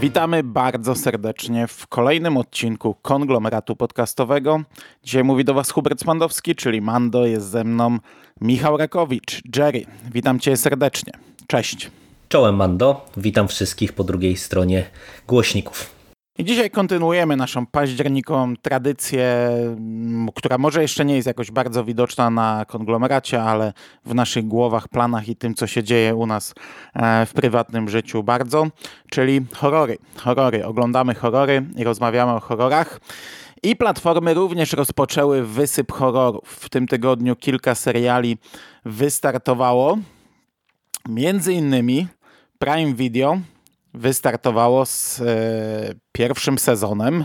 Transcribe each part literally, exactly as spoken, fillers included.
Witamy bardzo serdecznie w kolejnym odcinku Konglomeratu Podcastowego. Dzisiaj mówi do Was Hubert Spandowski, czyli Mando, jest ze mną Michał Rakowicz. Jerry, witam Cię serdecznie. Cześć. Czołem Mando, witam wszystkich po drugiej stronie głośników. I dzisiaj kontynuujemy naszą październikową tradycję, która może jeszcze nie jest jakoś bardzo widoczna na konglomeracie, ale w naszych głowach, planach i tym, co się dzieje u nas w prywatnym życiu bardzo, czyli horrory. Horrory. Oglądamy horrory i rozmawiamy o horrorach. I platformy również rozpoczęły wysyp horrorów. W tym tygodniu kilka seriali wystartowało. Między innymi Prime Video wystartowało z e, pierwszym sezonem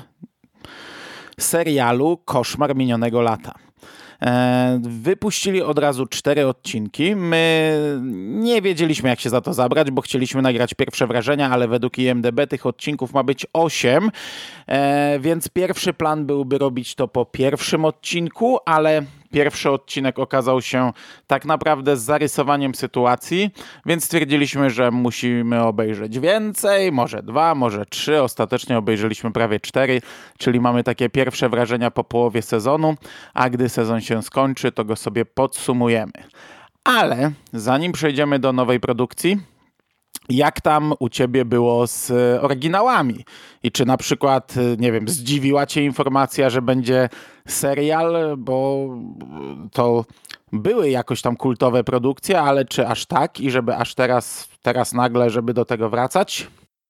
serialu Koszmar minionego lata. E, wypuścili od razu cztery odcinki. My nie wiedzieliśmy, jak się za to zabrać, bo chcieliśmy nagrać pierwsze wrażenia, ale według I M D B tych odcinków ma być osiem, e, więc pierwszy plan byłby robić to po pierwszym odcinku, ale pierwszy odcinek okazał się tak naprawdę z zarysowaniem sytuacji, więc stwierdziliśmy, że musimy obejrzeć więcej, może dwa, może trzy. Ostatecznie obejrzeliśmy prawie cztery, czyli mamy takie pierwsze wrażenia po połowie sezonu, a gdy sezon się skończy, to go sobie podsumujemy. Ale zanim przejdziemy do nowej produkcji, jak tam u Ciebie było z oryginałami? I czy na przykład, nie wiem, zdziwiła Cię informacja, że będzie serial, bo to były jakoś tam kultowe produkcje, ale czy aż tak i żeby aż teraz, teraz nagle, żeby do tego wracać?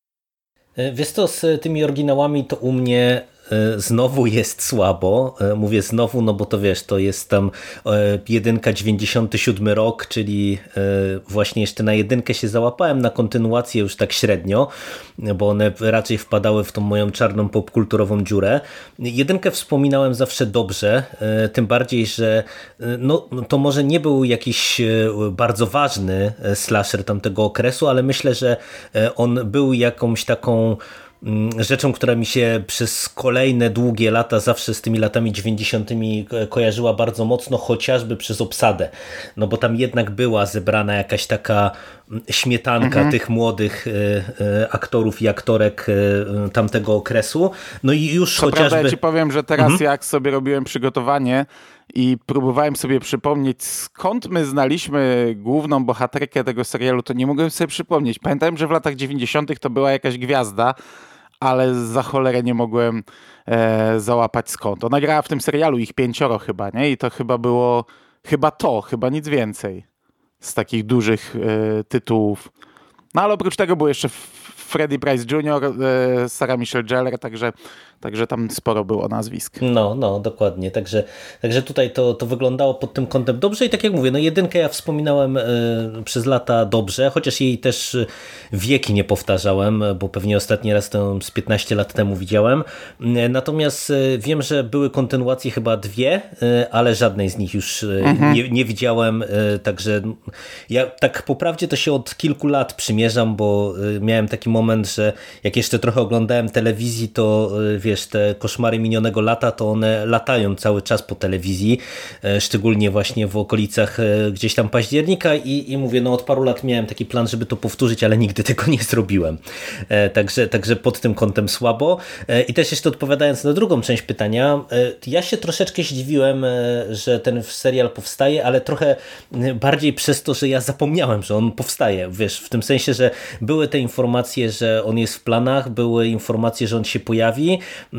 Wiesz co, z tymi oryginałami to u mnie znowu jest słabo. Mówię znowu, no bo to wiesz, to jest tam jedynka, dziewięćdziesiąty siódmy rok, czyli właśnie jeszcze na jedynkę się załapałem, na kontynuację już tak średnio, bo one raczej wpadały w tą moją czarną popkulturową dziurę. Jedynkę wspominałem zawsze dobrze, tym bardziej, że no, to może nie był jakiś bardzo ważny slasher tamtego okresu, ale myślę, że on był jakąś taką rzeczą, która mi się przez kolejne długie lata zawsze z tymi latami dziewięćdziesiątymi kojarzyła bardzo mocno, chociażby przez obsadę. No bo tam jednak była zebrana jakaś taka śmietanka mhm. tych młodych aktorów i aktorek tamtego okresu. No i już Co chociażby... prawda, ja Ci powiem, że teraz mhm. jak sobie robiłem przygotowanie i próbowałem sobie przypomnieć, skąd my znaliśmy główną bohaterkę tego serialu, to nie mogłem sobie przypomnieć. Pamiętałem, że w latach dziewięćdziesiątych to była jakaś gwiazda, ale za cholerę nie mogłem e, załapać skąd. Ona grała w tym serialu, ich pięcioro chyba, nie? I to chyba było, chyba to, chyba nic więcej z takich dużych e, tytułów. No ale oprócz tego był jeszcze Freddie Prinze junior, e, Sarah Michelle Gellar, także, także tam sporo było nazwisk. No, no, dokładnie. Także, także tutaj to, to wyglądało pod tym kątem dobrze i tak jak mówię, no jedynkę ja wspominałem e, przez lata dobrze, chociaż jej też wieki nie powtarzałem, bo pewnie ostatni raz to z piętnaście lat temu widziałem. E, natomiast e, wiem, że były kontynuacje chyba dwie, e, ale żadnej z nich już e, mhm. nie, nie widziałem, e, także ja tak po prawdzie to się od kilku lat przymierzam, bo e, miałem taki moment, że jak jeszcze trochę oglądałem telewizji, to e, wiesz, te koszmary minionego lata, to one latają cały czas po telewizji, szczególnie właśnie w okolicach gdzieś tam października i, i mówię, no od paru lat miałem taki plan, żeby to powtórzyć, ale nigdy tego nie zrobiłem. Także, także pod tym kątem słabo. I też jeszcze odpowiadając na drugą część pytania, ja się troszeczkę zdziwiłem, że ten serial powstaje, ale trochę bardziej przez to, że ja zapomniałem, że on powstaje. Wiesz, w tym sensie, że były te informacje, że on jest w planach, były informacje, że on się pojawi,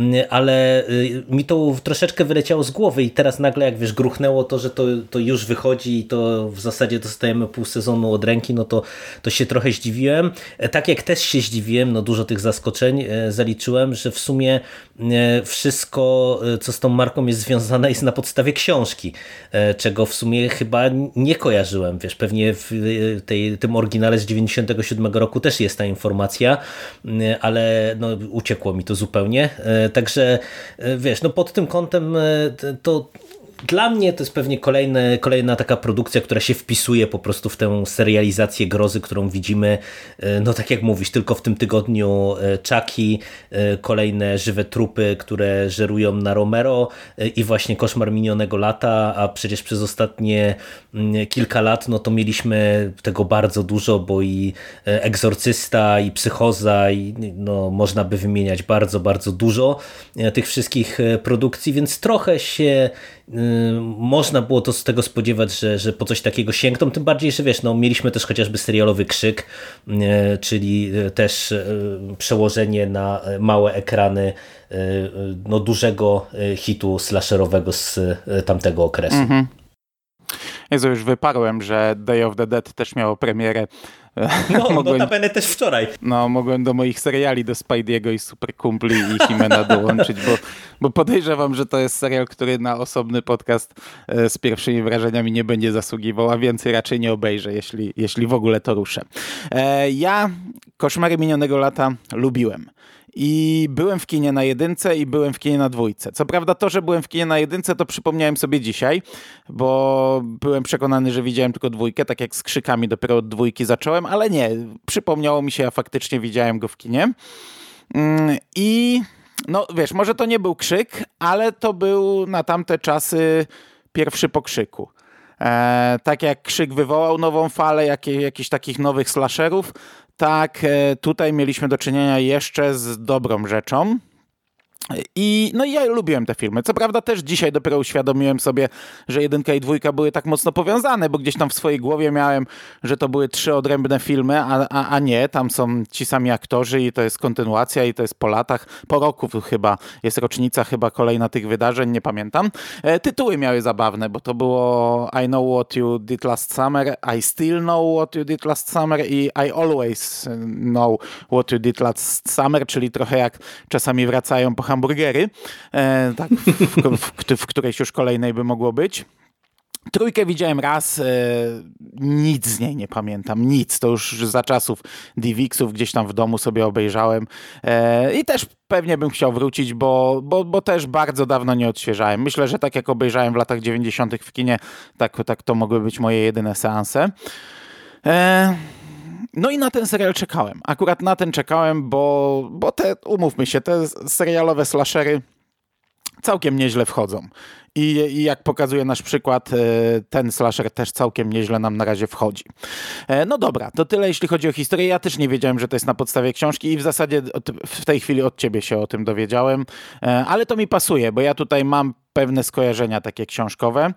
ale mi to troszeczkę wyleciało z głowy i teraz nagle jak wiesz gruchnęło to, że to, to już wychodzi i to w zasadzie dostajemy pół sezonu od ręki, no to, to się trochę zdziwiłem. Tak jak też się zdziwiłem, no dużo tych zaskoczeń zaliczyłem, że w sumie wszystko, co z tą marką jest związane, jest na podstawie książki, czego w sumie chyba nie kojarzyłem. Wiesz, pewnie w tej, tym oryginale z dziewięćdziesiątego siódmego roku też jest ta informacja, ale no, uciekło mi to zupełnie. Także wiesz, no pod tym kątem to Dla mnie to jest pewnie kolejne, kolejna taka produkcja, która się wpisuje po prostu w tę serializację grozy, którą widzimy, no tak jak mówisz, tylko w tym tygodniu Chucky, kolejne żywe trupy, które żerują na Romero i właśnie Koszmar minionego lata, a przecież przez ostatnie kilka lat no to mieliśmy tego bardzo dużo, bo i Egzorcysta, i Psychoza, i no można by wymieniać bardzo, bardzo dużo tych wszystkich produkcji, więc trochę się można było to z tego spodziewać, że, że po coś takiego sięgną, tym bardziej, że wiesz, no mieliśmy też chociażby serialowy Krzyk, czyli też przełożenie na małe ekrany no dużego hitu slasherowego z tamtego okresu. Mhm. Jezu, już wyparłem, że Day of the Dead też miało premierę. No, mogłem, notabene też wczoraj. No, mogłem do moich seriali, do Spidey'ego i Super Kumpli i He-Mana dołączyć, bo, bo podejrzewam, że to jest serial, który na osobny podcast e, z pierwszymi wrażeniami nie będzie zasługiwał, a więcej raczej nie obejrzę, jeśli, jeśli w ogóle to ruszę. E, ja Koszmary minionego lata lubiłem. I byłem w kinie na jedynce i byłem w kinie na dwójce. Co prawda to, że byłem w kinie na jedynce, to przypomniałem sobie dzisiaj, bo byłem przekonany, że widziałem tylko dwójkę, tak jak z Krzykami dopiero od dwójki zacząłem, ale nie, przypomniało mi się, ja faktycznie widziałem go w kinie. I no wiesz, może to nie był Krzyk, ale to był na tamte czasy pierwszy po Krzyku. E, tak jak Krzyk wywołał nową falę jak, jakichś takich nowych slasherów, tak tutaj mieliśmy do czynienia jeszcze z dobrą rzeczą. I no ja lubiłem te filmy. Co prawda też dzisiaj dopiero uświadomiłem sobie, że jedynka i dwójka były tak mocno powiązane, bo gdzieś tam w swojej głowie miałem, że to były trzy odrębne filmy, a, a, a nie, tam są ci sami aktorzy i to jest kontynuacja i to jest po latach, po roku chyba, jest rocznica chyba kolejna tych wydarzeń, nie pamiętam. E, tytuły miały zabawne, bo to było I Know What You Did Last Summer, I Still Know What You Did Last Summer i I Always Know What You Did Last Summer, czyli trochę jak czasami wracają po hamburgery, e, tak, w, w, w, w którejś już kolejnej by mogło być. Trójkę widziałem raz, e, nic z niej nie pamiętam, nic, to już za czasów D V X-ów gdzieś tam w domu sobie obejrzałem e, i też pewnie bym chciał wrócić, bo, bo, bo też bardzo dawno nie odświeżałem. Myślę, że tak jak obejrzałem w latach dziewięćdziesiątych w kinie, tak, tak to mogły być moje jedyne seanse. E, No i na ten serial czekałem. Akurat na ten czekałem, bo, bo te, umówmy się, te serialowe slashery całkiem nieźle wchodzą. I, I jak pokazuje nasz przykład, ten slasher też całkiem nieźle nam na razie wchodzi. No dobra, to tyle jeśli chodzi o historię. Ja też nie wiedziałem, że to jest na podstawie książki i w zasadzie w tej chwili od ciebie się o tym dowiedziałem, ale to mi pasuje, bo ja tutaj mam pewne skojarzenia takie książkowe.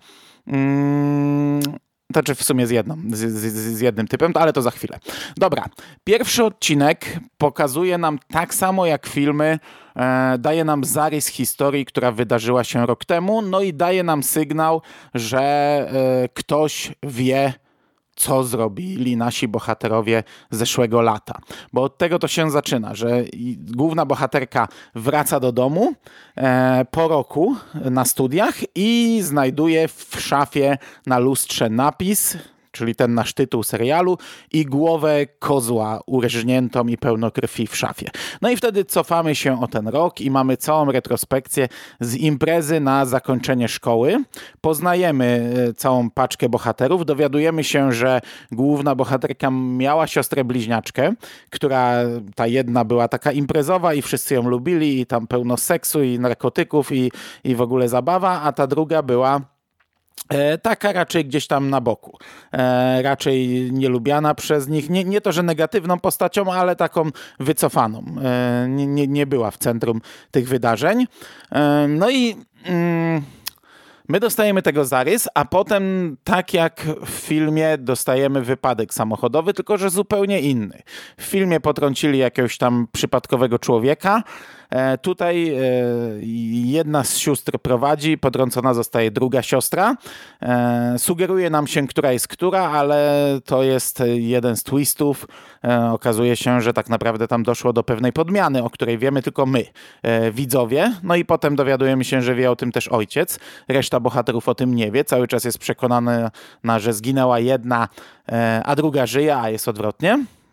Mm. Znaczy w sumie z jedną, z, z, z jednym typem, ale to za chwilę. Dobra, pierwszy odcinek pokazuje nam tak samo jak filmy, e, daje nam zarys historii, która wydarzyła się rok temu, no i daje nam sygnał, że e, ktoś wie, co zrobili nasi bohaterowie zeszłego lata. Bo od tego to się zaczyna, że główna bohaterka wraca do domu e, po roku na studiach i znajduje w szafie na lustrze napis, czyli ten nasz tytuł serialu, i głowę kozła urżniętą i pełno krwi w szafie. No i wtedy cofamy się o ten rok i mamy całą retrospekcję z imprezy na zakończenie szkoły. Poznajemy całą paczkę bohaterów, dowiadujemy się, że główna bohaterka miała siostrę bliźniaczkę, która ta jedna była taka imprezowa i wszyscy ją lubili i tam pełno seksu i narkotyków i, i w ogóle zabawa, a ta druga była E, taka raczej gdzieś tam na boku. E, raczej nielubiana przez nich. Nie, nie to, że negatywną postacią, ale taką wycofaną. E, nie, nie, nie była w centrum tych wydarzeń. E, no i mm, my dostajemy tego zarys, a potem tak jak w filmie dostajemy wypadek samochodowy, tylko że zupełnie inny. W filmie potrącili jakiegoś tam przypadkowego człowieka. E, tutaj e, jedna z sióstr prowadzi, potrącona zostaje druga siostra. E, sugeruje nam się, która jest która, ale to jest jeden z twistów. E, okazuje się, że tak naprawdę tam doszło do pewnej podmiany, o której wiemy tylko my, e, widzowie. No i potem dowiadujemy się, że wie o tym też ojciec. Reszta bohaterów o tym nie wie. Cały czas jest przekonana, że zginęła jedna, e, a druga żyje, a jest odwrotnie.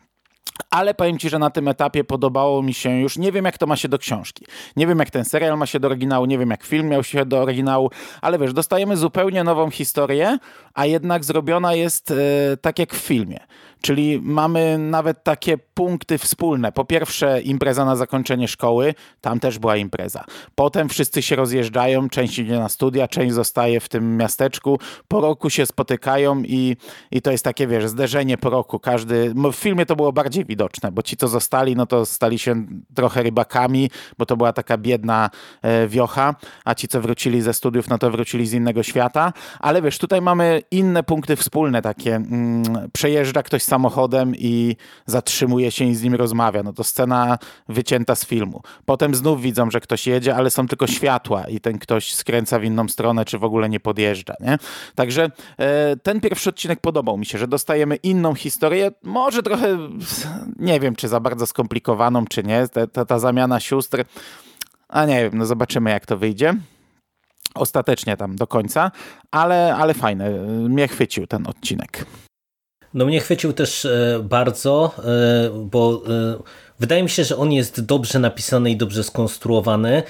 Ale powiem ci, że na tym etapie podobało mi się już, nie wiem jak to ma się do książki, nie wiem jak ten serial ma się do oryginału, nie wiem jak film miał się do oryginału, ale wiesz, dostajemy zupełnie nową historię, a jednak zrobiona jest e, tak jak w filmie. Czyli mamy nawet takie punkty wspólne. Po pierwsze impreza na zakończenie szkoły, tam też była impreza. Potem wszyscy się rozjeżdżają, część idzie na studia, część zostaje w tym miasteczku. Po roku się spotykają i, i to jest takie, wiesz, zderzenie po roku. Każdy, w filmie to było bardziej widoczne, bo ci, co zostali, no to stali się trochę rybakami, bo to była taka biedna e, wiocha, a ci, co wrócili ze studiów, no to wrócili z innego świata. Ale wiesz, tutaj mamy inne punkty wspólne takie. Mm, przejeżdża ktoś samochodem i zatrzymuje się i z nim rozmawia. No to scena wycięta z filmu. Potem znów widzą, że ktoś jedzie, ale są tylko światła i ten ktoś skręca w inną stronę, czy w ogóle nie podjeżdża. Nie? Także e, ten pierwszy odcinek podobał mi się, że dostajemy inną historię, może trochę, nie wiem, czy za bardzo skomplikowaną, czy nie. Ta, ta, ta zamiana sióstr, a nie wiem, no zobaczymy, jak to wyjdzie. Ostatecznie tam do końca, ale, ale fajne. Mnie chwycił ten odcinek. No mnie chwycił też bardzo, bo wydaje mi się, że on jest dobrze napisany i dobrze skonstruowany,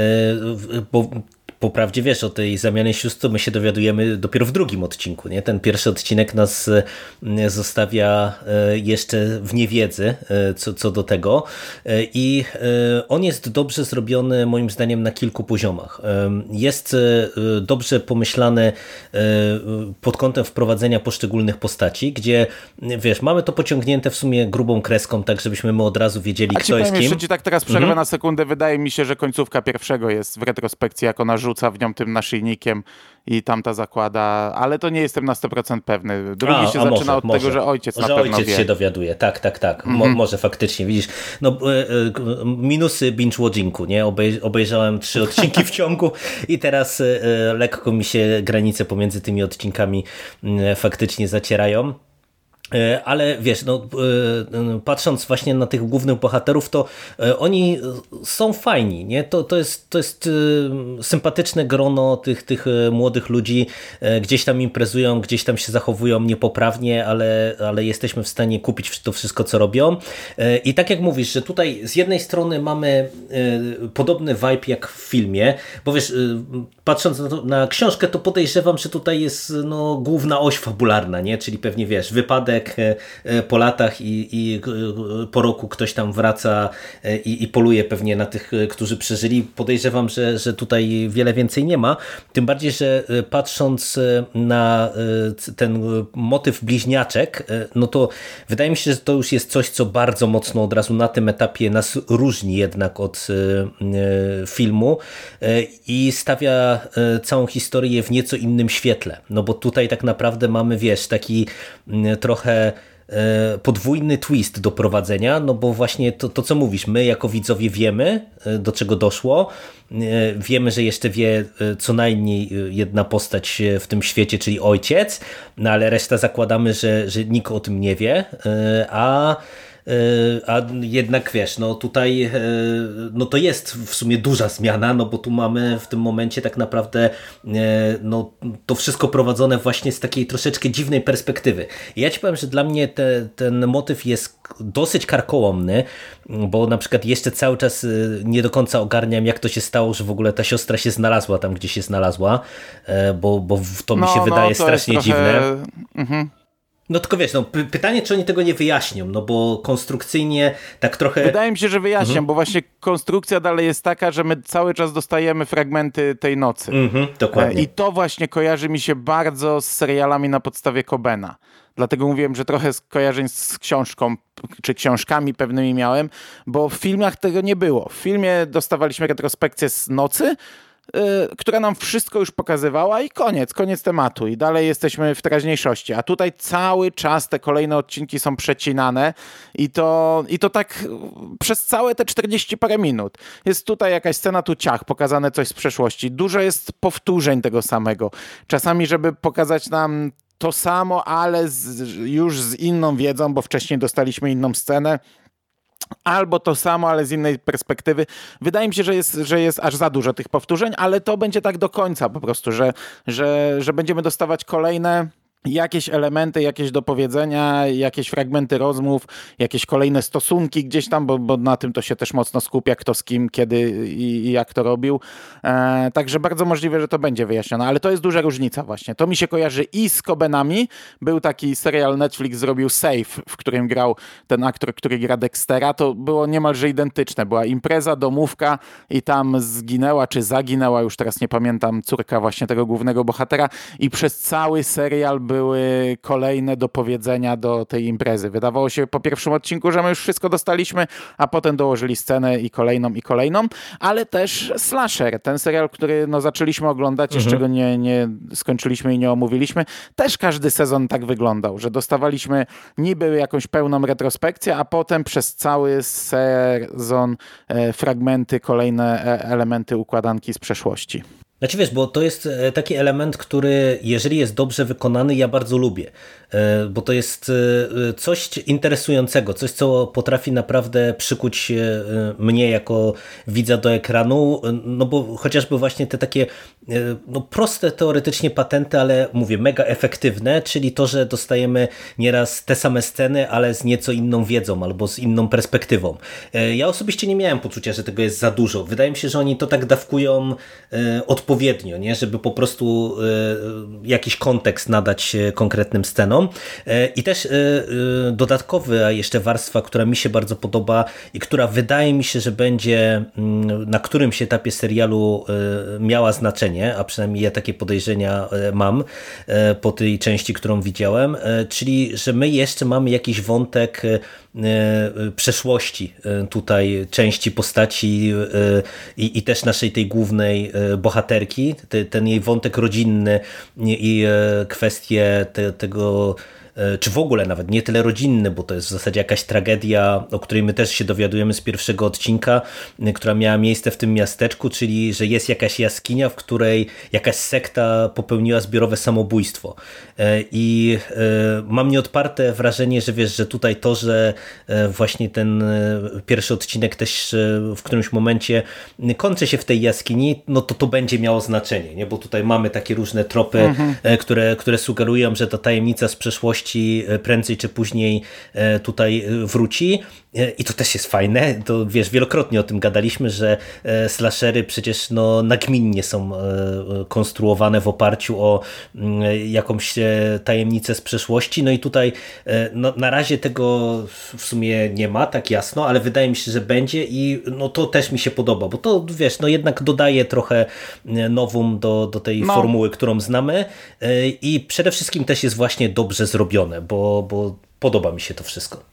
bo po prawdzie wiesz, o tej zamianie sióstr my się dowiadujemy dopiero w drugim odcinku. Nie? Ten pierwszy odcinek nas zostawia jeszcze w niewiedzy co, co do tego i on jest dobrze zrobiony moim zdaniem na kilku poziomach. Jest dobrze pomyślany pod kątem wprowadzenia poszczególnych postaci, gdzie wiesz, mamy to pociągnięte w sumie grubą kreską, tak żebyśmy my od razu wiedzieli, A kto jest kim. Jeszcze ci tak teraz przerwę mhm. na sekundę. Wydaje mi się, że końcówka pierwszego jest w retrospekcji, jak ona rzuca w nią tym naszyjnikiem i tamta zakłada, ale to nie jestem na sto procent pewny. Drugi a, się a zaczyna może, od może. tego, że ojciec że na pewno ojciec wie. się dowiaduje, tak, tak, tak. Mo, mhm. Może faktycznie, widzisz. No, minusy binge-watchingu, nie? Obej, obejrzałem trzy odcinki w ciągu i teraz e, lekko mi się granice pomiędzy tymi odcinkami e, faktycznie zacierają. Ale wiesz, no, patrząc właśnie na tych głównych bohaterów, to oni są fajni, nie? To, to, jest, to jest sympatyczne grono tych, tych młodych ludzi, gdzieś tam imprezują, gdzieś tam się zachowują niepoprawnie, ale, ale jesteśmy w stanie kupić to wszystko, co robią. I tak jak mówisz, że tutaj z jednej strony mamy podobny vibe jak w filmie, bo wiesz, patrząc na, to, na książkę, to podejrzewam, że tutaj jest no, główna oś fabularna, nie? Czyli pewnie wiesz, wypadek po latach i, i po roku ktoś tam wraca i, i poluje pewnie na tych, którzy przeżyli. Podejrzewam, że, że tutaj wiele więcej nie ma. Tym bardziej, że patrząc na ten motyw bliźniaczek, no to wydaje mi się, że to już jest coś, co bardzo mocno od razu na tym etapie nas różni jednak od filmu i stawia całą historię w nieco innym świetle. No bo tutaj tak naprawdę mamy, wiesz, taki trochę podwójny twist do prowadzenia, no bo właśnie to, to co mówisz, my jako widzowie wiemy, do czego doszło, wiemy, że jeszcze wie co najmniej jedna postać w tym świecie, czyli ojciec, no ale reszta zakładamy, że, że nikt o tym nie wie, a a jednak wiesz, no tutaj no to jest w sumie duża zmiana, no bo tu mamy w tym momencie tak naprawdę no to wszystko prowadzone właśnie z takiej troszeczkę dziwnej perspektywy. I ja ci powiem, że dla mnie te, ten motyw jest dosyć karkołomny, bo na przykład jeszcze cały czas nie do końca ogarniam, jak to się stało, że w ogóle ta siostra się znalazła tam, gdzie się znalazła, bo, bo to mi no, się wydaje no, strasznie trochę... dziwne. Mhm. No tylko wiesz, no, py- pytanie, czy oni tego nie wyjaśnią, no bo konstrukcyjnie tak trochę... Wydaje mi się, że wyjaśniam, mhm. bo właśnie konstrukcja dalej jest taka, że my cały czas dostajemy fragmenty tej nocy. Mhm, dokładnie. I to właśnie kojarzy mi się bardzo z serialami na podstawie Cobena. Dlatego mówiłem, że trochę skojarzeń z książką, czy książkami pewnymi miałem, bo w filmach tego nie było. W filmie dostawaliśmy retrospekcję z nocy, Yy, która nam wszystko już pokazywała i koniec, koniec tematu i dalej jesteśmy w teraźniejszości, a tutaj cały czas te kolejne odcinki są przecinane i to, i to tak przez całe te czterdzieści parę minut. Jest tutaj jakaś scena, tu ciach, pokazane coś z przeszłości. Dużo jest powtórzeń tego samego. Czasami, żeby pokazać nam to samo, ale z, już z inną wiedzą, bo wcześniej dostaliśmy inną scenę. Albo to samo, ale z innej perspektywy. Wydaje mi się, że jest, że jest aż za dużo tych powtórzeń, ale to będzie tak do końca po prostu, że, że, że będziemy dostawać kolejne jakieś elementy, jakieś dopowiedzenia, jakieś fragmenty rozmów, jakieś kolejne stosunki gdzieś tam, bo, bo na tym to się też mocno skupia, kto z kim, kiedy i, i jak to robił. E, także bardzo możliwe, że to będzie wyjaśnione, ale to jest duża różnica właśnie. To mi się kojarzy i z Cobenami. Był taki serial, Netflix zrobił Safe, w którym grał ten aktor, który gra Dextera. To było niemalże identyczne. Była impreza, domówka i tam zginęła, czy zaginęła, już teraz nie pamiętam, córka właśnie tego głównego bohatera i przez cały serial były kolejne dopowiedzenia do tej imprezy. Wydawało się po pierwszym odcinku, że my już wszystko dostaliśmy, a potem dołożyli scenę i kolejną, i kolejną, ale też Slasher, ten serial, który no, zaczęliśmy oglądać, mhm. jeszcze go nie, nie skończyliśmy i nie omówiliśmy, też każdy sezon tak wyglądał, że dostawaliśmy niby jakąś pełną retrospekcję, a potem przez cały sezon e, fragmenty, kolejne e, elementy układanki z przeszłości. Znaczy wiesz, bo to jest taki element, który jeżeli jest dobrze wykonany, ja bardzo lubię, bo to jest coś interesującego, coś co potrafi naprawdę przykuć mnie jako widza do ekranu, no bo chociażby właśnie te takie no proste teoretycznie patenty, ale mówię mega efektywne, czyli to, że dostajemy nieraz te same sceny, ale z nieco inną wiedzą albo z inną perspektywą. Ja osobiście nie miałem poczucia, że tego jest za dużo. Wydaje mi się, że oni to tak dawkują odpowiednio, odpowiednio, nie? Żeby po prostu y, jakiś kontekst nadać konkretnym scenom. Y, I też y, y, dodatkowa jeszcze warstwa, która mi się bardzo podoba i która wydaje mi się, że będzie y, na którymś etapie serialu y, miała znaczenie, a przynajmniej ja takie podejrzenia y, mam y, po tej części, którą widziałem, y, czyli, że my jeszcze mamy jakiś wątek y, przeszłości tutaj części postaci i, i też naszej tej głównej bohaterki, ten jej wątek rodzinny i kwestie te, tego, czy w ogóle nawet nie tyle rodzinny, bo to jest w zasadzie jakaś tragedia, o której my też się dowiadujemy z pierwszego odcinka, która miała miejsce w tym miasteczku, czyli że jest jakaś jaskinia, w której jakaś sekta popełniła zbiorowe samobójstwo. I mam nieodparte wrażenie, że wiesz, że tutaj to, że właśnie ten pierwszy odcinek też w którymś momencie kończy się w tej jaskini, no to to będzie miało znaczenie, nie? Bo tutaj mamy takie różne tropy, mhm. które, które sugerują, że ta tajemnica z przeszłości prędzej czy później tutaj wróci. I to też jest fajne, to wiesz, wielokrotnie o tym gadaliśmy, że slashery przecież no, nagminnie są konstruowane w oparciu o jakąś tajemnicę z przeszłości, no i tutaj no, na razie tego w sumie nie ma, tak jasno, ale wydaje mi się, że będzie i no, to też mi się podoba, bo to wiesz, no jednak dodaje trochę nowum do, do tej no. formuły, którą znamy i przede wszystkim też jest właśnie dobrze zrobione, bo, bo podoba mi się to wszystko.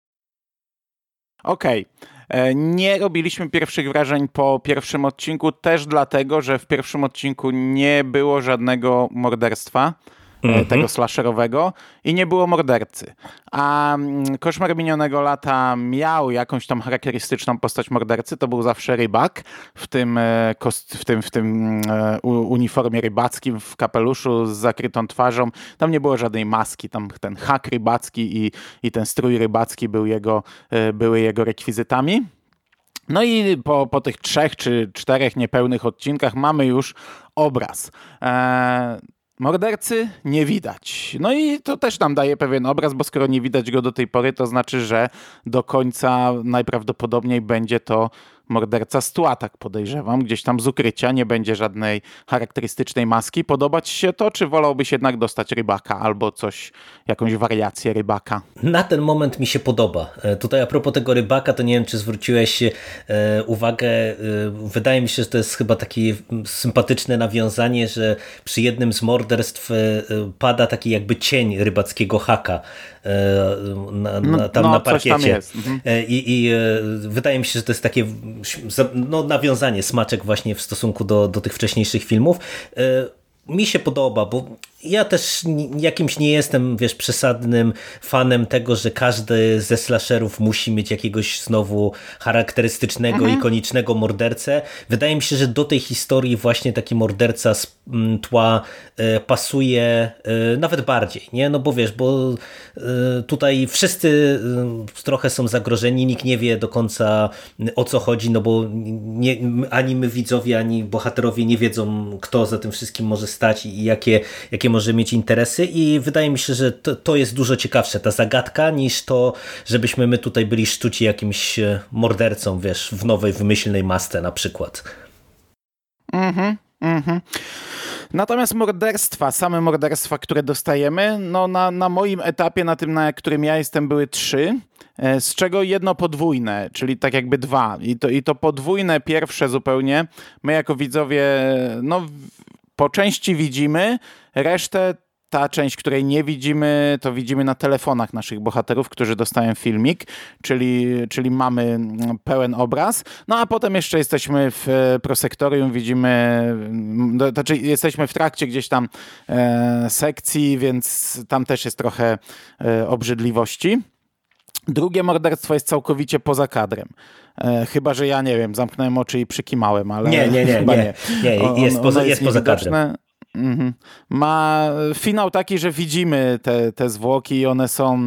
Okej. Okay. Nie robiliśmy pierwszych wrażeń po pierwszym odcinku, też dlatego, że w pierwszym odcinku nie było żadnego morderstwa, mm-hmm. tego slasherowego i nie było mordercy. A Koszmar minionego lata miał jakąś tam charakterystyczną postać mordercy, to był zawsze rybak w tym, w tym, w tym uniformie rybackim, w kapeluszu z zakrytą twarzą. Tam nie było żadnej maski, tam ten hak rybacki i, i ten strój rybacki był jego, były jego rekwizytami. No i po, po tych trzech czy czterech niepełnych odcinkach mamy już obraz. Eee, Mordercy nie widać. No i to też nam daje pewien obraz, bo skoro nie widać go do tej pory, to znaczy, że do końca najprawdopodobniej będzie to morderca z tła, tak podejrzewam, gdzieś tam z ukrycia, nie będzie żadnej charakterystycznej maski. Podoba ci się to, czy wolałbyś jednak dostać rybaka albo coś, jakąś wariację rybaka? Na ten moment mi się podoba. Tutaj a propos tego rybaka, to nie wiem, czy zwróciłeś e, uwagę, e, wydaje mi się, że to jest chyba takie sympatyczne nawiązanie, że przy jednym z morderstw e, pada taki jakby cień rybackiego haka e, na, na, tam no, na parkiecie. Coś tam jest. Mhm. E, I, i e, wydaje mi się, że to jest takie no, nawiązanie, smaczek właśnie w stosunku do, do tych wcześniejszych filmów. Mi się podoba, bo ja też jakimś nie jestem, wiesz, przesadnym fanem tego, że każdy ze slasherów musi mieć jakiegoś znowu charakterystycznego, mhm. ikonicznego mordercę. Wydaje mi się, że do tej historii właśnie taki morderca z tła y, pasuje y, nawet bardziej, nie? No bo wiesz, bo y, tutaj wszyscy y, trochę są zagrożeni, nikt nie wie do końca o co chodzi, no bo nie, ani my widzowie, ani bohaterowie nie wiedzą, kto za tym wszystkim może stać i jakie, jakie jakie może mieć interesy i wydaje mi się, że to, to jest dużo ciekawsze, ta zagadka, niż to, żebyśmy my tutaj byli sztuci jakimś mordercą, wiesz, w nowej, wymyślnej masce na przykład. Mhm, mhm. Natomiast morderstwa, same morderstwa, które dostajemy, no na, na moim etapie, na tym, na którym ja jestem, były trzy, z czego jedno podwójne, czyli tak jakby dwa. I to, i to podwójne pierwsze zupełnie, my jako widzowie, no po części widzimy, resztę, ta część, której nie widzimy, to widzimy na telefonach naszych bohaterów, którzy dostają filmik, czyli, czyli mamy pełen obraz. No a potem jeszcze jesteśmy w prosektorium, widzimy, to znaczy jesteśmy w trakcie gdzieś tam e, sekcji, więc tam też jest trochę e, obrzydliwości. Drugie morderstwo jest całkowicie poza kadrem. E, chyba, że ja nie wiem, zamknąłem oczy i przykimałem, ale nie, nie, nie, chyba nie. nie. nie. Jest, on, poza, jest, jest poza kadrem. Mhm. Ma finał taki, że widzimy te, te zwłoki i one są,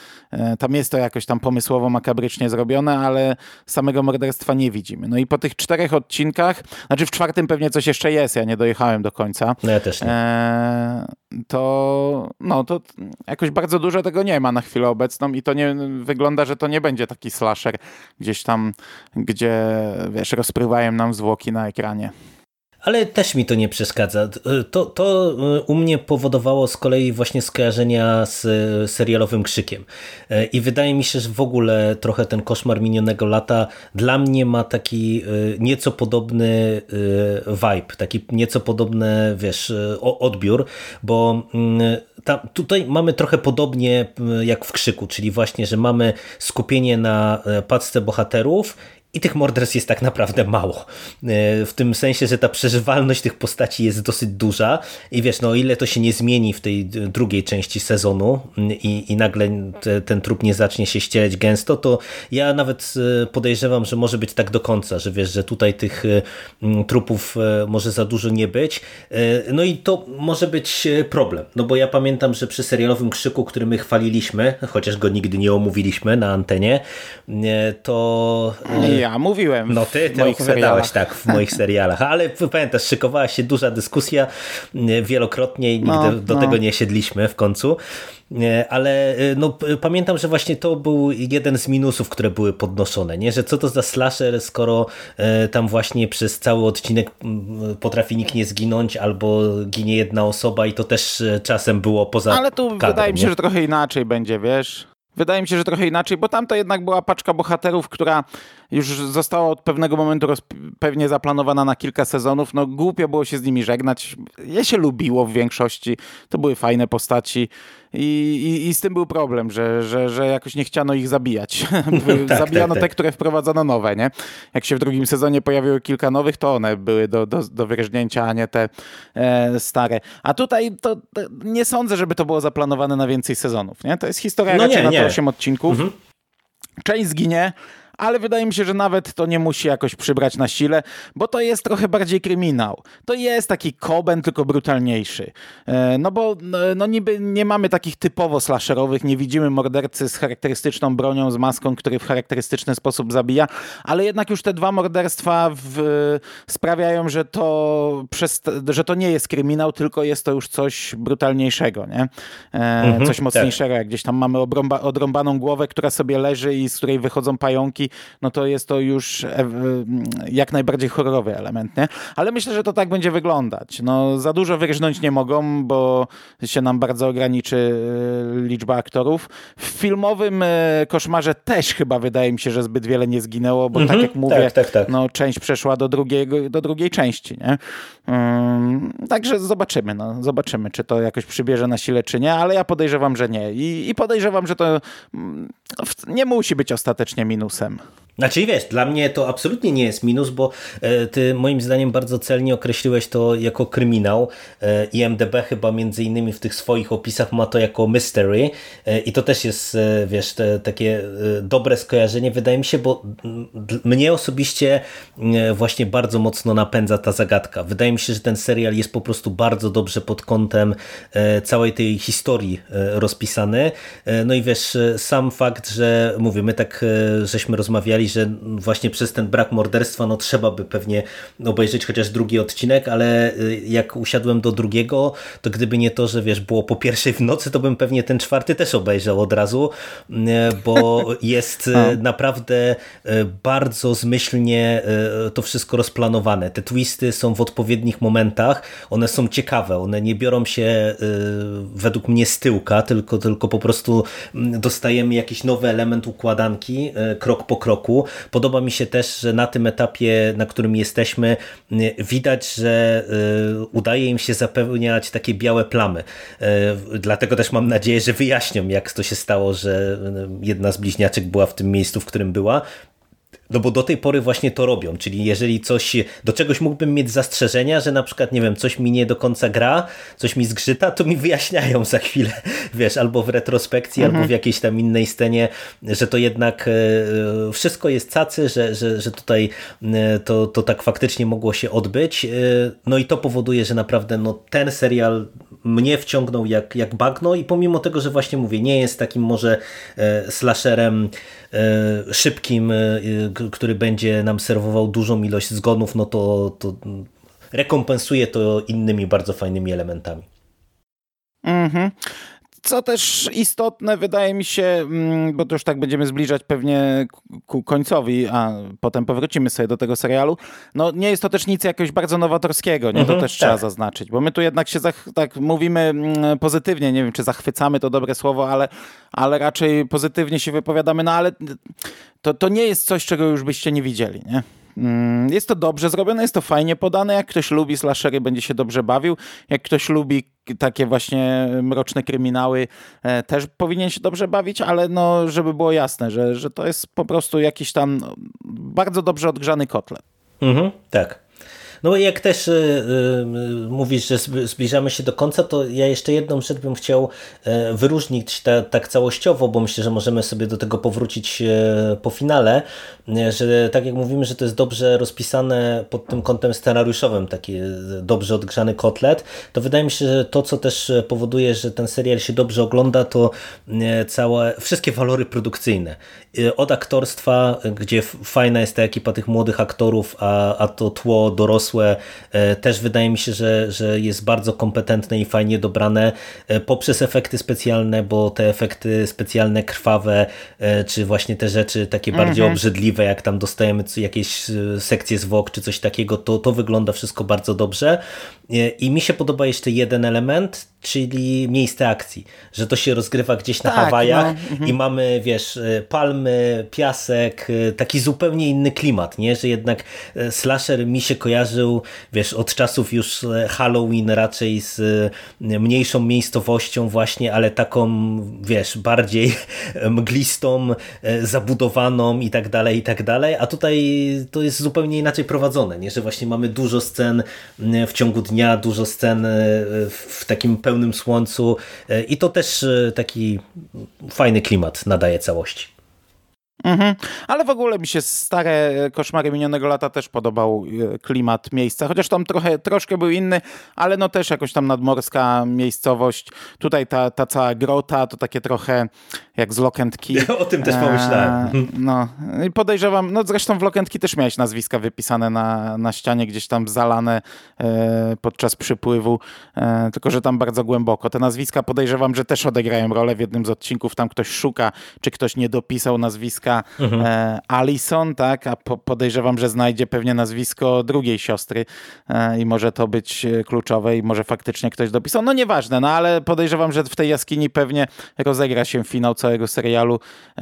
tam jest to jakoś tam pomysłowo, makabrycznie zrobione, ale samego morderstwa nie widzimy. No i po tych czterech odcinkach, znaczy w czwartym pewnie coś jeszcze jest, ja nie dojechałem do końca. No ja też nie. E, to, no, to jakoś bardzo dużo tego nie ma na chwilę obecną i to nie wygląda, że to nie będzie taki slasher gdzieś tam, gdzie wiesz, rozprywają nam zwłoki na ekranie. Ale też mi to nie przeszkadza. To, to u mnie powodowało z kolei właśnie skojarzenia z serialowym Krzykiem. I wydaje mi się, że w ogóle trochę ten Koszmar minionego lata dla mnie ma taki nieco podobny vibe, taki nieco podobny, wiesz, odbiór, bo tam, tutaj mamy trochę podobnie jak w Krzyku, czyli właśnie, że mamy skupienie na paczce bohaterów i tych morderstw jest tak naprawdę mało. W tym sensie, że ta przeżywalność tych postaci jest dosyć duża i wiesz, no o ile to się nie zmieni w tej drugiej części sezonu i, i nagle te, ten trup nie zacznie się ścierać gęsto, to ja nawet podejrzewam, że może być tak do końca, że wiesz, że tutaj tych trupów może za dużo nie być. No i to może być problem, no bo ja pamiętam, że przy serialowym Krzyku, który my chwaliliśmy, chociaż go nigdy nie omówiliśmy na antenie, to... Ja mówiłem. No ty, ty opowiadałeś tak w moich serialach, ale pamiętasz, szykowała się duża dyskusja wielokrotnie i nigdy no, do no. tego nie siedliśmy w końcu. Ale no, pamiętam, że właśnie to był jeden z minusów, które były podnoszone, nie? Że co to za slasher, skoro tam właśnie przez cały odcinek potrafi nikt nie zginąć albo ginie jedna osoba i to też czasem było poza Ale tu kadrem, wydaje mi się, nie? że trochę inaczej będzie, wiesz? Wydaje mi się, że trochę inaczej, bo tam to jednak była paczka bohaterów, która już została od pewnego momentu roz... pewnie zaplanowana na kilka sezonów. No głupio było się z nimi żegnać. Je się lubiło w większości. To były fajne postaci i, i, i z tym był problem, że, że, że jakoś nie chciano ich zabijać. tak, Zabijano tak, te, tak. które wprowadzono nowe, nie? Jak się w drugim sezonie pojawiło kilka nowych, to one były do, do, do wyrżnięcia, a nie te e, stare. A tutaj to, to nie sądzę, żeby to było zaplanowane na więcej sezonów, nie? To jest historia no raczej nie, na nie. te osiem odcinków. Mhm. Część zginie, ale wydaje mi się, że nawet to nie musi jakoś przybrać na sile, bo to jest trochę bardziej kryminał. To jest taki Coben, tylko brutalniejszy. No bo no niby nie mamy takich typowo slasherowych, nie widzimy mordercy z charakterystyczną bronią, z maską, który w charakterystyczny sposób zabija, ale jednak już te dwa morderstwa w, sprawiają, że to, że to nie jest kryminał, tylko jest to już coś brutalniejszego, nie? Mhm, coś mocniejszego, tak. Jak gdzieś tam mamy obrąba, odrąbaną głowę, która sobie leży i z której wychodzą pająki, no to jest to już jak najbardziej horrorowy element, nie? Ale myślę, że to tak będzie wyglądać. No, za dużo wyrżnąć nie mogą, bo się nam bardzo ograniczy liczba aktorów. W filmowym Koszmarze też chyba wydaje mi się, że zbyt wiele nie zginęło, bo mhm, tak jak mówię, tak, tak, tak. No, część przeszła do, drugiego, do drugiej części, nie? Um, także zobaczymy, no, zobaczymy, czy to jakoś przybierze na sile, czy nie, ale ja podejrzewam, że nie. I, i podejrzewam, że to nie musi być ostatecznie minusem. Znaczy wiesz, dla mnie to absolutnie nie jest minus, bo e, ty moim zdaniem bardzo celnie określiłeś to jako kryminał. e, I M D B chyba między innymi w tych swoich opisach ma to jako mystery e, i to też jest, e, wiesz, te, takie e, dobre skojarzenie, wydaje mi się, bo d- mnie osobiście e, właśnie bardzo mocno napędza ta zagadka. Wydaje mi się, że ten serial jest po prostu bardzo dobrze pod kątem e, całej tej historii e, rozpisany. E, no i wiesz, sam fakt, że mówię, my tak e, żeśmy rozmawiali, że właśnie przez ten brak morderstwa, no trzeba by pewnie obejrzeć chociaż drugi odcinek, ale jak usiadłem do drugiego, to gdyby nie to, że wiesz, było po pierwszej w nocy, to bym pewnie ten czwarty też obejrzał od razu, bo jest naprawdę bardzo zmyślnie to wszystko rozplanowane. Te twisty są w odpowiednich momentach, one są ciekawe, one nie biorą się według mnie z tyłka, tylko, tylko po prostu dostajemy jakiś nowy element układanki krok po kroku. Podoba mi się też, że na tym etapie, na którym jesteśmy, widać, że udaje im się zapełniać takie białe plamy. Dlatego też mam nadzieję, że wyjaśnią, jak to się stało, że jedna z bliźniaczek była w tym miejscu, w którym była. No bo do tej pory właśnie to robią, czyli jeżeli coś, do czegoś mógłbym mieć zastrzeżenia, że na przykład, nie wiem, coś mi nie do końca gra, coś mi zgrzyta, to mi wyjaśniają za chwilę, wiesz, albo w retrospekcji, mhm. albo w jakiejś tam innej scenie, że to jednak e, wszystko jest cacy, że, że, że tutaj e, to, to tak faktycznie mogło się odbyć. E, no i to powoduje, że naprawdę no, ten serial mnie wciągnął jak, jak bagno i pomimo tego, że właśnie mówię, nie jest takim może e, slasherem e, szybkim, e, który będzie nam serwował dużą ilość zgonów, no to, to rekompensuje to innymi bardzo fajnymi elementami. Mhm. Co też istotne, wydaje mi się, bo to już tak będziemy zbliżać pewnie ku końcowi, a potem powrócimy sobie do tego serialu, no nie jest to też nic jakiegoś bardzo nowatorskiego, nie? Mhm, to też tak. trzeba zaznaczyć, bo my tu jednak się zach- tak mówimy pozytywnie, nie wiem, czy zachwycamy to dobre słowo, ale, ale raczej pozytywnie się wypowiadamy, no ale to, to nie jest coś, czego już byście nie widzieli, nie? Jest to dobrze zrobione, jest to fajnie podane. Jak ktoś lubi slashery, będzie się dobrze bawił. Jak ktoś lubi takie właśnie mroczne kryminały, też powinien się dobrze bawić, ale no, żeby było jasne, że, że to jest po prostu jakiś tam bardzo dobrze odgrzany kotlet. Mhm, tak. No i jak też y, y, mówisz, że zbliżamy się do końca, to ja jeszcze jedną rzecz bym chciał y, wyróżnić ta, tak całościowo, bo myślę, że możemy sobie do tego powrócić y, po finale, y, że tak jak mówimy, że to jest dobrze rozpisane pod tym kątem scenariuszowym, taki dobrze odgrzany kotlet, to wydaje mi się, że to, co też powoduje, że ten serial się dobrze ogląda, to y, całe, wszystkie walory produkcyjne. Y, od aktorstwa, gdzie fajna jest ta ekipa tych młodych aktorów, a, a to tło dorosłe też wydaje mi się, że, że jest bardzo kompetentne i fajnie dobrane poprzez efekty specjalne, bo te efekty specjalne krwawe, czy właśnie te rzeczy takie bardziej mm-hmm. obrzydliwe, jak tam dostajemy jakieś sekcje zwłok, czy coś takiego, to, to wygląda wszystko bardzo dobrze. I mi się podoba jeszcze jeden element, czyli miejsce akcji, że to się rozgrywa gdzieś na tak, Hawajach no. i mamy, wiesz, palmy, piasek, taki zupełnie inny klimat, nie? Że jednak slasher mi się kojarzył, wiesz, od czasów już Halloween raczej z mniejszą miejscowością właśnie, ale taką, wiesz, bardziej mglistą, zabudowaną i tak dalej, i tak dalej, a tutaj to jest zupełnie inaczej prowadzone, nie? Że właśnie mamy dużo scen w ciągu dnia, dużo scen w takim pełnym słońcu i to też taki fajny klimat nadaje całości. Mhm. Ale w ogóle mi się stare Koszmary minionego lata też podobał klimat miejsca, chociaż tam trochę, troszkę był inny, ale no też jakoś tam nadmorska miejscowość. Tutaj ta, ta cała grota to takie trochę jak z Lock and Key. O tym też pomyślałem. Eee, no i podejrzewam, no zresztą w Lock and Key też miałeś nazwiska wypisane na, na ścianie, gdzieś tam zalane e, podczas przypływu, e, tylko że tam bardzo głęboko. Te nazwiska podejrzewam, że też odegrają rolę w jednym z odcinków, tam ktoś szuka, czy ktoś nie dopisał nazwiska Mhm. E, Alison, tak, a po, podejrzewam, że znajdzie pewnie nazwisko drugiej siostry e, i może to być kluczowe i może faktycznie ktoś dopisał. No nieważne, no ale podejrzewam, że w tej jaskini pewnie rozegra się finał całego serialu,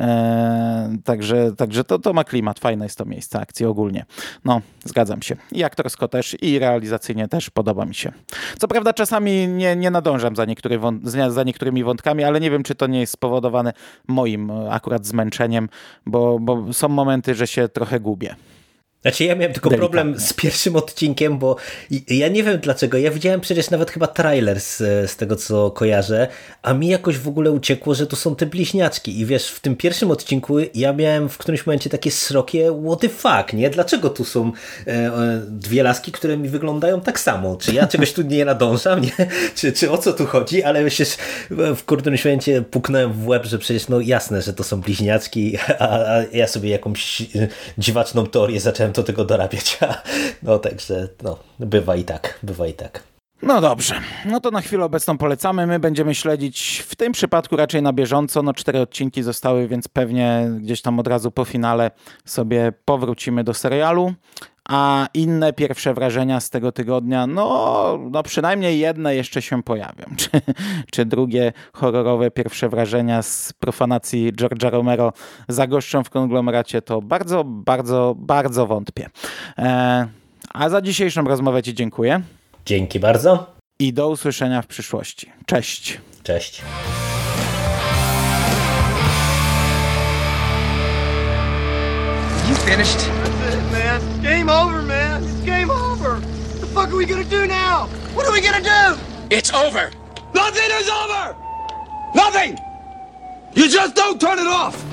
e, także, także to, to ma klimat, fajne jest to miejsce akcji ogólnie. No, zgadzam się. I aktorsko też, i realizacyjnie też podoba mi się. Co prawda czasami nie, nie nadążam za, niektóry wąt- za niektórymi wątkami, ale nie wiem, czy to nie jest spowodowane moim akurat zmęczeniem, bo, bo są momenty, że się trochę gubię. Znaczy ja miałem tylko Delikatnie. problem z pierwszym odcinkiem, bo ja nie wiem dlaczego, ja widziałem przecież nawet chyba trailer z, z tego co kojarzę, a mi jakoś w ogóle uciekło, że to są te bliźniaczki i wiesz, w tym pierwszym odcinku ja miałem w którymś momencie takie srokie what the fuck, nie? Dlaczego tu są e, e, dwie laski, które mi wyglądają tak samo? Czy ja czegoś tu nie nadążam, nie? Czy, czy o co tu chodzi? Ale przecież w którymś momencie puknąłem w łeb, że przecież no jasne, że to są bliźniaczki, a, a ja sobie jakąś dziwaczną teorię zacząłem do tego dorabiać. No także, no, bywa i tak, bywa i tak. No dobrze, no to na chwilę obecną polecamy. My będziemy śledzić w tym przypadku raczej na bieżąco. No cztery odcinki zostały, więc pewnie gdzieś tam od razu po finale sobie powrócimy do serialu. A inne pierwsze wrażenia z tego tygodnia, no, no przynajmniej jedne jeszcze się pojawią. Czy, czy drugie horrorowe pierwsze wrażenia z profanacji George'a Romero zagoszczą w konglomeracie, to bardzo, bardzo, bardzo wątpię. E, a za dzisiejszą rozmowę Ci dziękuję. Dzięki bardzo. I do usłyszenia w przyszłości. Cześć. Cześć. You finished? That's it, man. Game over, man. It's game over. What the fuck are we gonna do now? What are we gonna do? It's over. Nothing is over. Nothing. You just don't turn it off.